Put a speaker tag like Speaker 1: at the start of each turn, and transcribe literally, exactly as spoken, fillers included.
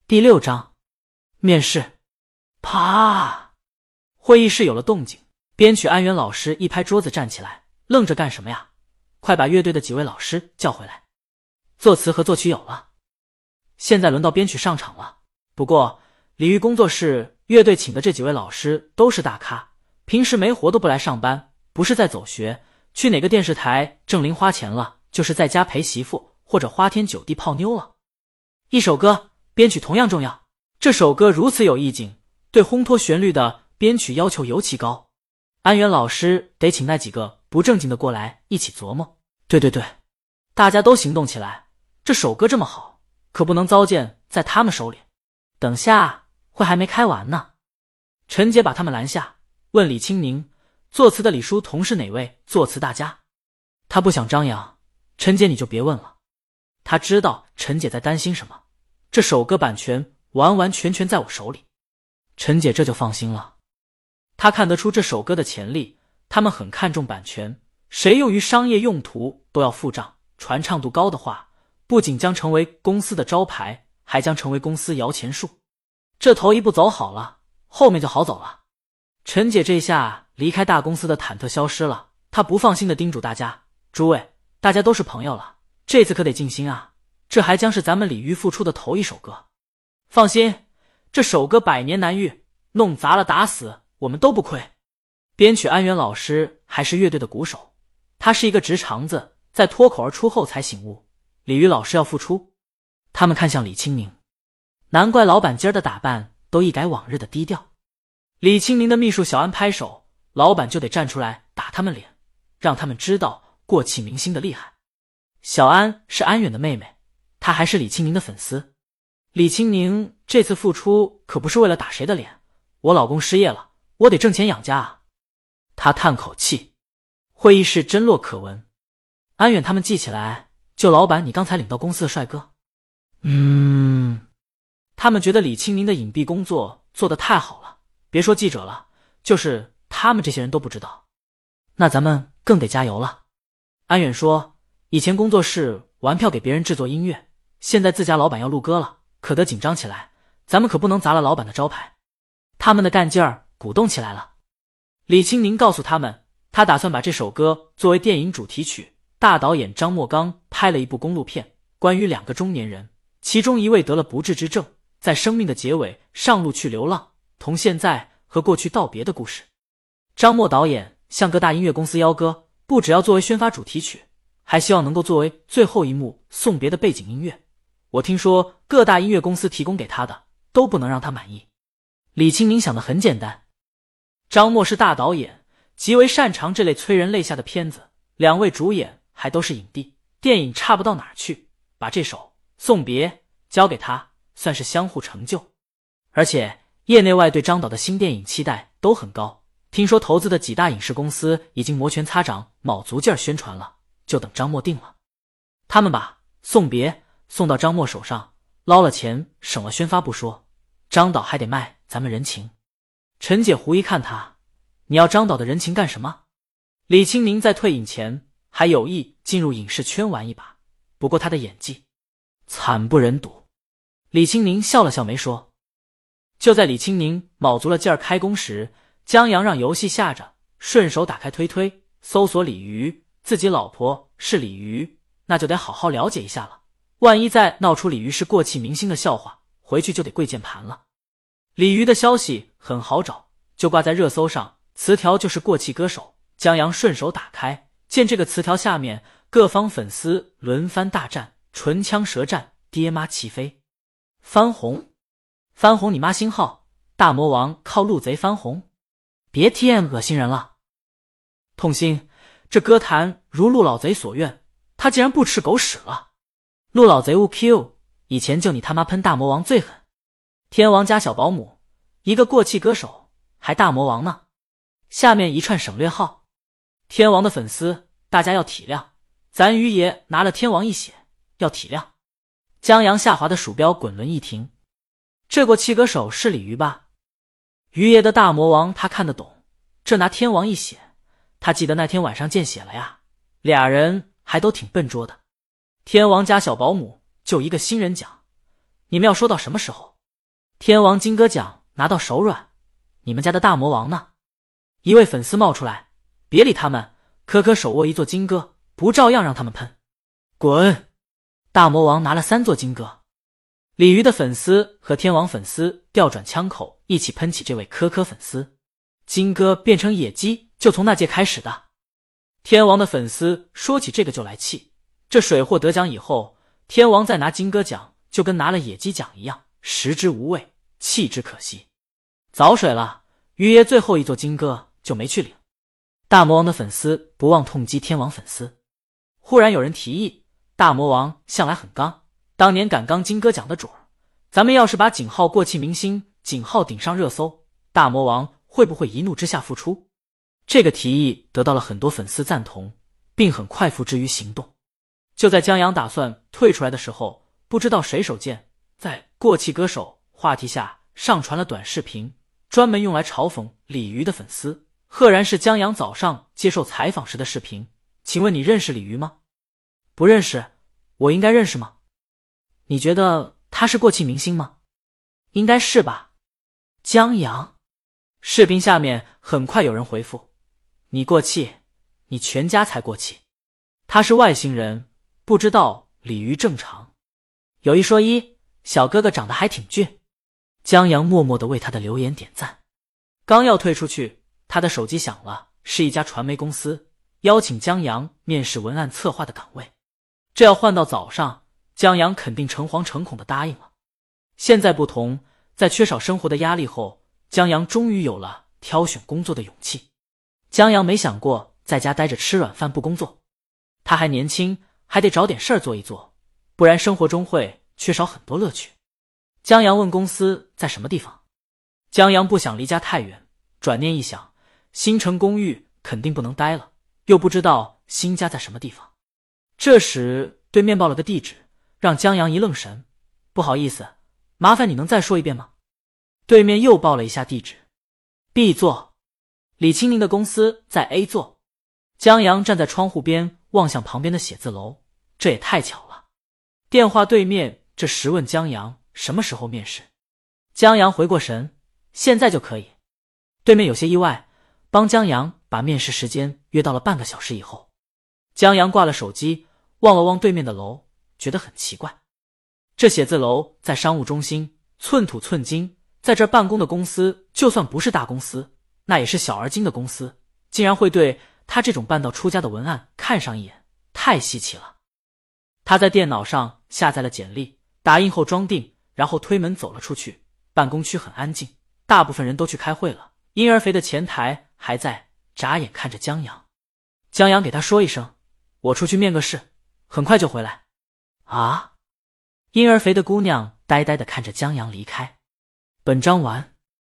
Speaker 1: 第六章面试。啪！会议室有了动静，编曲安源老师一拍桌子站起来，愣着干什么呀？快把乐队的几位老师叫回来。作词和作曲有了，现在轮到编曲上场了。不过鲤鱼工作室乐队请的这几位老师都是大咖，平时没活都不来上班，不是在走学，去哪个电视台挣零花钱了，就是在家陪媳妇或者花天酒地泡妞了。一首歌编曲同样重要，这首歌如此有意境，对烘托旋律的编曲要求尤其高。安源老师得请那几个不正经的过来一起琢磨。对对对，大家都行动起来，这首歌这么好，可不能糟践在他们手里。等下会还没开完呢。陈姐把他们拦下，问李青宁，作词的李叔同是哪位作词大家？他不想张扬，陈姐你就别问了。他知道陈姐在担心什么，这首歌版权完完全全在我手里。陈姐这就放心了，她看得出这首歌的潜力，他们很看重版权，谁用于商业用途都要付账，传唱度高的话，不仅将成为公司的招牌，还将成为公司摇钱树。这头一步走好了，后面就好走了。陈姐这下离开大公司的忐忑消失了，她不放心地叮嘱大家，诸位，大家都是朋友了，这次可得尽心啊，这还将是咱们鲤鱼复出的头一首歌。放心，这首歌百年难遇，弄砸了打死我们都不亏。编曲安源老师还是乐队的鼓手，他是一个直肠子，在脱口而出后才醒悟，鲤鱼老师要复出。他们看向李青宁，难怪老板今儿的打扮都一改往日的低调。李青宁的秘书小安拍手，老板就得站出来打他们脸，让他们知道过气明星的厉害。小安是安远的妹妹，她还是李青宁的粉丝。李青宁这次复出可不是为了打谁的脸，我老公失业了，我得挣钱养家啊。他叹口气，会议室真落可闻。安远他们记起来，就老板你刚才领到公司的帅哥。嗯，他们觉得李青宁的隐蔽工作做得太好了，别说记者了，就是他们这些人都不知道。那咱们更得加油了。安远说，以前工作室玩票给别人制作音乐，现在自家老板要录歌了，可得紧张起来，咱们可不能砸了老板的招牌。他们的干劲儿鼓动起来了。李青宁告诉他们，他打算把这首歌作为电影主题曲。大导演张默刚拍了一部公路片，关于两个中年人，其中一位得了不治之症，在生命的结尾上路去流浪，同现在和过去道别的故事。张默导演向各大音乐公司邀歌，不只要作为宣发主题曲，还希望能够作为最后一幕送别的背景音乐。我听说各大音乐公司提供给他的都不能让他满意。李青宁想得很简单，张默是大导演，极为擅长这类催人泪下的片子，两位主演还都是影帝，电影差不到哪儿去，把这首送别交给他，算是相互成就。而且业内外对张导的新电影期待都很高，听说投资的几大影视公司已经摩拳擦掌，卯足劲儿宣传了，就等张默定了。他们把送别送到张默手上，捞了钱，省了宣发不说，张导还得卖咱们人情。陈姐狐一看他，你要张导的人情干什么？李青宁在退隐前还有意进入影视圈玩一把，不过他的演技惨不忍睹。李青宁笑了笑没说。就在李青宁卯足了劲儿开工时，江阳让游戏下着，顺手打开推推，搜索鲤鱼，自己老婆是鲤鱼，那就得好好了解一下了，万一再闹出鲤鱼是过气明星的笑话，回去就得跪键盘了。鲤鱼的消息很好找，就挂在热搜上，词条就是过气歌手。江阳顺手打开，见这个词条下面各方粉丝轮番大战，唇枪舌战，爹妈齐飞。翻红，翻红你妈星号，大魔王靠路贼翻红，别 T M 恶心人了。痛心，这歌坛如陆老贼所愿，他竟然不吃狗屎了。陆老贼勿 Q， 以前就你他妈喷大魔王最狠。天王加小保姆，一个过气歌手还大魔王呢。下面一串省略号。天王的粉丝大家要体谅，咱鱼爷拿了天王一血，要体谅。江阳下滑的鼠标滚轮一停，这过气歌手是鲤鱼吧？鱼爷的大魔王他看得懂，这拿天王一血，他记得那天晚上见血了呀，俩人还都挺笨拙的。天王加小保姆就一个新人奖，你们要说到什么时候？ 天王金戈奖拿到手软，你们家的大魔王呢？一位粉丝冒出来，别理他们，科科手握一座金戈，不照样让他们喷？滚！大魔王拿了三座金戈。鲤鱼的粉丝和天王粉丝调转枪口，一起喷起这位科科粉丝。金戈变成野鸡就从那届开始的。天王的粉丝说起这个就来气，这水货得奖以后，天王再拿金戈奖就跟拿了野鸡奖一样，食之无味，弃之可惜。早水了，鱼爷最后一座金戈就没去领。大魔王的粉丝不忘痛击天王粉丝。忽然有人提议，大魔王向来很刚，当年敢刚金戈奖的主儿，咱们要是把井号过气明星井号顶上热搜，大魔王会不会一怒之下复出？这个提议得到了很多粉丝赞同，并很快付之于行动。就在江阳打算退出来的时候，不知道谁手贱，在过气歌手话题下上传了短视频，专门用来嘲讽鲤鱼的粉丝。赫然是江阳早上接受采访时的视频。请问你认识鲤鱼吗？不认识。我应该认识吗？你觉得他是过气明星吗？应该是吧。江阳。视频下面很快有人回复，你过气，你全家才过气。他是外星人，不知道鲤鱼正常。有一说一，小哥哥长得还挺俊。江阳默默地为他的留言点赞。刚要退出去，他的手机响了，是一家传媒公司邀请江阳面试文案策划的岗位。这要换到早上，江阳肯定诚惶诚恐地答应了。现在不同，在缺少生活的压力后，江阳终于有了挑选工作的勇气。江阳没想过在家待着吃软饭不工作，他还年轻，还得找点事儿做一做，不然生活中会缺少很多乐趣。江阳问公司在什么地方，江阳不想离家太远，转念一想，新城公寓肯定不能待了，又不知道新家在什么地方。这时对面报了个地址，让江阳一愣神，不好意思，麻烦你能再说一遍吗？对面又报了一下地址 B 座，李清宁的公司在 A 座。江阳站在窗户边望向旁边的写字楼，这也太巧了。电话对面这时问江阳什么时候面试。江阳回过神，现在就可以。对面有些意外，帮江阳把面试时间约到了半个小时以后。江阳挂了手机，望了望对面的楼，觉得很奇怪。这写字楼在商务中心，寸土寸金，在这儿办公的公司就算不是大公司，那也是小而精的公司，竟然会对他这种半道出家的文案看上一眼，太稀奇了。他在电脑上下载了简历，打印后装订，然后推门走了出去。办公区很安静，大部分人都去开会了。婴儿肥的前台还在眨眼看着江阳。江阳给他说一声，我出去面个试，很快就回来。啊？婴儿肥的姑娘呆呆地看着江阳离开。本章完。